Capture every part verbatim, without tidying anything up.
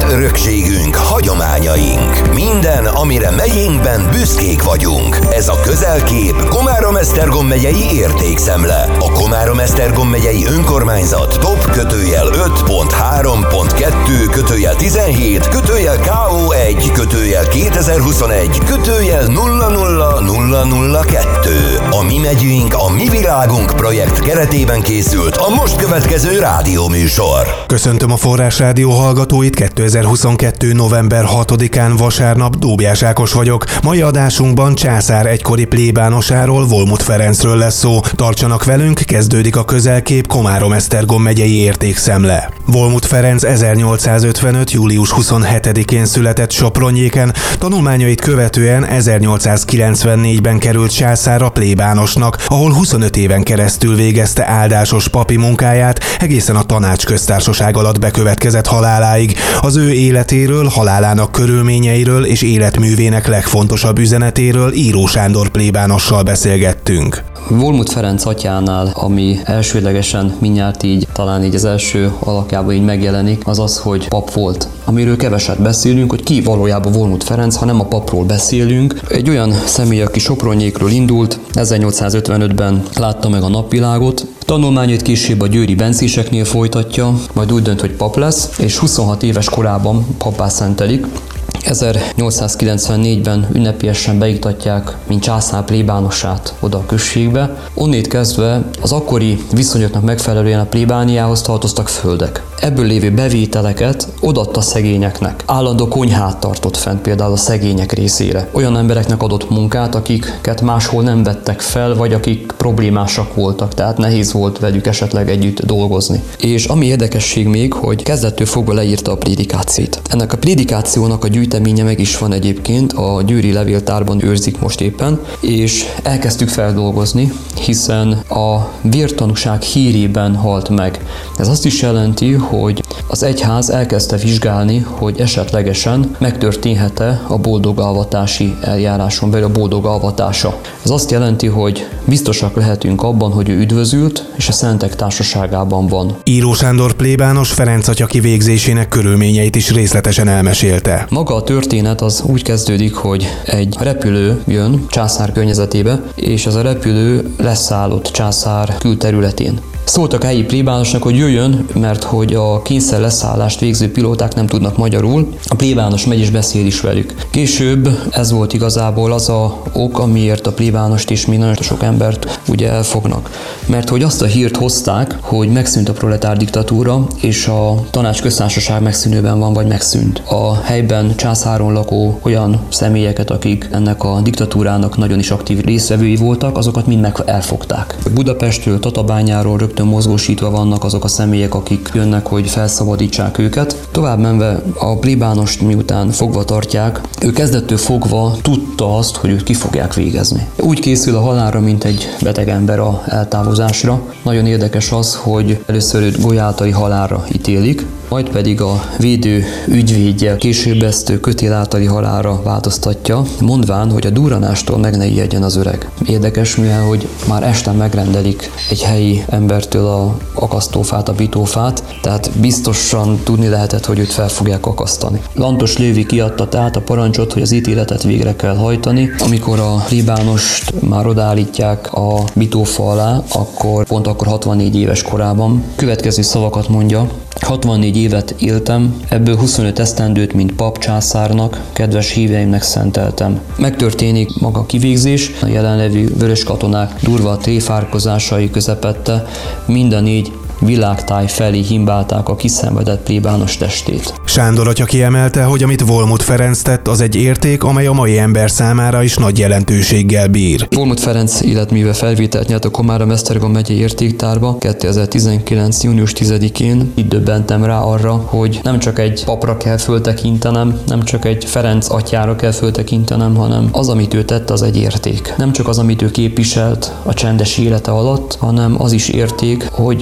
Örökségünk, hagyományaink. Minden, amire megyénkben büszkék vagyunk. Ez a Közelkép Komárom-Esztergom megyei értékszemle. A Komárom-Esztergom megyei önkormányzat top kötőjel öt pont három pont kettő kötőjel tizenhét kötőjel ká o egy kötőjel kétezer-huszonegy kötőjel nulla nulla nulla nulla kettő. A Mi megyünk, a mi világunk projekt keretében készült a most következő rádióműsor. Köszöntöm a Forrás Rádió hallgatóit, kétezer-huszonkettő november hatodikán vasárnap Dóbjás Ákos vagyok. Mai adásunkban Császár egykori plébánosáról, Volmut Ferencről lesz szó. Tartsanak velünk, kezdődik a Közelkép Komárom-Esztergom megyei értékszemle. Volmut Ferenc ezernyolcszázötvenöt. július huszonhetedikén született Sopronnyéken, tanulmányait követően ezernyolcszázkilencvennégyben került Császárra plébánosnak, ahol huszonöt éven keresztül végezte áldásos papi munkáját, egészen a Tanácsköztársaság alatt bekövetkezett haláláig. Az ő életéről, halálának körülményeiről és életművének legfontosabb üzenetéről Író Sándor plébánossal beszélgettünk. Volmut Ferenc atyánál, ami elsődlegesen mindjárt így, talán így az első alakjában így megjelenik, az az, hogy pap volt. Amiről keveset beszélünk, hogy ki valójában Volmut Ferenc, ha nem a papról beszélünk. Egy olyan személy, aki Sopronnyékről indult, ezernyolcszázötvenötben látta meg a napvilágot, tanulmányait később a győri bencéseknél folytatja, majd úgy dönt, hogy pap lesz, és huszonhat éves korában pappá szentelik. ezernyolcszázkilencvennégyben ünnepélyesen beiktatják, mint császár plébánosát oda a községbe. Onnét kezdve az akkori viszonyoknak megfelelően a plébániához tartoztak földek. Ebből lévő bevételeket odaadta szegényeknek. Állandó konyhát tartott fent például a szegények részére. Olyan embereknek adott munkát, akiket máshol nem vettek fel, vagy akik problémásak voltak, tehát nehéz volt velük esetleg együtt dolgozni. És ami érdekesség még, hogy kezdettől fogva leírta a prédikációt. Ennek a prédikációnak a gyűjteménye meg is van egyébként, a győri levéltárban őrzik most éppen, és elkezdtük feldolgozni, hiszen a vértanúság hírében halt meg. Ez azt is jelenti, hogy az egyház elkezdte vizsgálni, hogy esetlegesen megtörténhet-e a boldog-alvatási eljáráson belül a boldog alvatása. Ez azt jelenti, hogy biztosak lehetünk abban, hogy ő üdvözült, és a szentek társaságában van. Író Sándor plébános Ferenc atya kivégzésének körülményeit is részletesen elmesélte. Maga a történet az úgy kezdődik, hogy egy repülő jön Császár környezetébe, és ez a repülő leszállott Császár külterületén. Szóltak helyi plébánosnak, hogy jöjjön, mert hogy a kényszer leszállást végző pilóták nem tudnak magyarul, a plébános megy és beszél is velük. Később ez volt igazából az a ok, amiért a plébánost és még nagyon sok embert ugye elfognak. Mert hogy azt a hírt hozták, hogy megszűnt a proletár diktatúra, és a Tanácsköztársaság megszűnőben van, vagy megszűnt. A helyben Császáron lakó olyan személyeket, akik ennek a diktatúrának nagyon is aktív résztvevői voltak, azokat mind meg elfogták. Budapestről, Tatabányáról rögtön mozgósítva vannak azok a személyek, akik jönnek, hogy felszabadítsák őket. Tovább menve a plébánost miután fogva tartják, ő kezdettől fogva tudta azt, hogy őt ki fogják végezni. Úgy készül a halálra, mint egy beteg ember a eltávozásra. Nagyon érdekes az, hogy először őt golyáltai halálra ítélik, majd pedig a védő ügyvédje később ezt kötél általi halálra változtatja, mondván, hogy a durranástól meg ne ijedjen az öreg. Érdekes, mivel hogy már este megrendelik egy helyi embertől a akasztófát, a bitófát, tehát biztosan tudni lehetett, hogy őt fel fogják akasztani. Lantos Lévi kiadta tehát a parancsot, hogy az ítéletet végre kell hajtani. Amikor a plébánost már odaállítják a bitófa alá, akkor pont akkor hatvannégy éves korában következő szavakat mondja: hatvannégy évet éltem, ebből huszonöt esztendőt, mint pap Császárnak, kedves híveimnek szenteltem. Megtörténik maga a kivégzés, a jelenlevő vörös katonák durva tréfárkozásai közepette mind a négy világtáj felé himbálták a kiszenvedett plébános testét. Sándor atya kiemelte, hogy amit Volmut Ferenc tett, az egy érték, amely a mai ember számára is nagy jelentőséggel bír. Volmut Ferenc életműve felvételt nyert a Komárom-Esztergom megyei értéktárba kétezer-tizenkilenc. június tizedikén. Itt döbbentem rá arra, hogy nem csak egy papra kell föltekintenem, nem csak egy Ferenc atyára kell föltekintenem, hanem az, amit ő tett, az egy érték. Nem csak az, amit ő képviselt a csendes élete alatt, hanem az is érték, hogy meg tud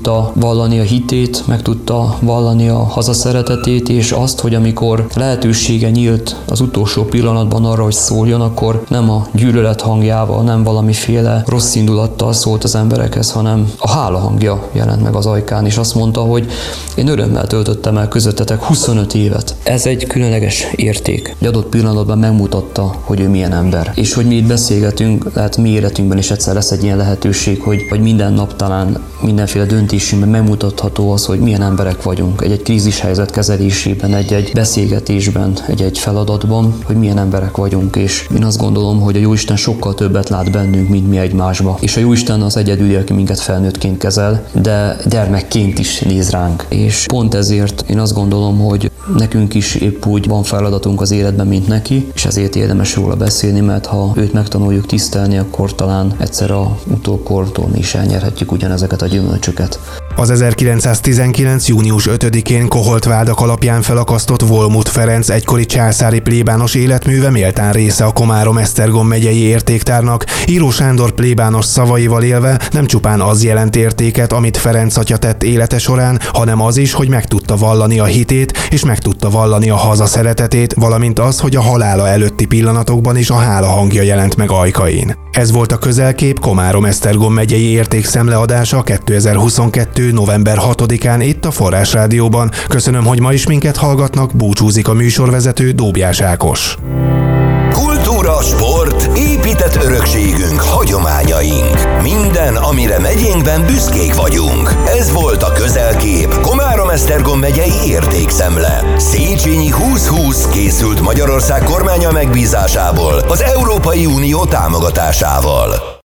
tudta vallani a hitét, meg tudta vallani a hazaszeretetét, és azt, hogy amikor lehetősége nyílt az utolsó pillanatban arra, hogy szóljon, akkor nem a gyűlölet hangjával, nem valamiféle rossz indulattal szólt az emberekhez, hanem a hála hangja jelent meg az ajkán, és azt mondta, hogy én örömmel töltöttem el közöttetek huszonöt évet. Ez egy különleges érték. Egy adott pillanatban megmutatta, hogy ő milyen ember. És hogy mi itt beszélgetünk, lehet mi életünkben is egyszer lesz egy ilyen lehetőség, hogy, hogy minden nap talán mindenféle döntésünkben megmutatható az, hogy milyen emberek vagyunk. Egy-egy krízishelyzet kezelésében, egy-egy beszélgetésben, egy-egy feladatban, hogy milyen emberek vagyunk. És én azt gondolom, hogy a Jóisten sokkal többet lát bennünk, mint mi egymásba. És a Jóisten az egyedüli, aki minket felnőttként kezel, de gyermekként is néz ránk. És pont ezért én azt gondolom, hogy nekünk is épp úgy van feladatunk az életben, mint neki, és ezért érdemes róla beszélni, mert ha őt megtanuljuk tisztelni, akkor talán egyszer a utókortól mi is elnyerhetjük ugyanezeket a gyümölcsöket. Az ezerkilencszáztizenkilenc. június ötödikén koholt vádak alapján felakasztott Volmuth Ferenc egykori császári plébános életműve méltán része a Komárom-Esztergom megyei értéktárnak. Író Sándor plébános szavaival élve nem csupán az jelent értéket, amit Ferenc atya tett élete során, hanem az is, hogy meg tudta vallani a hitét, és meg tudta vallani a haza szeretetét, valamint az, hogy a halála előtti pillanatokban is a hála hangja jelent meg ajkain. Ez volt a Közelkép Komárom-Esztergom megyei értékszemleadása kétezer-huszonkettő. november hatodikán itt a Forrás Rádióban. Köszönöm, hogy ma is minket hallgatnak, búcsúzik a műsorvezető, Dóbjás Ákos. Kultúra, sport, épített örökségünk, hagyományaink. Minden, amire megyénkben büszkék vagyunk. Ez volt a Közelkép Komárom-Esztergom megyei értékszemle. Széchenyi húsz-húsz készült Magyarország kormánya megbízásából, az Európai Unió támogatásával.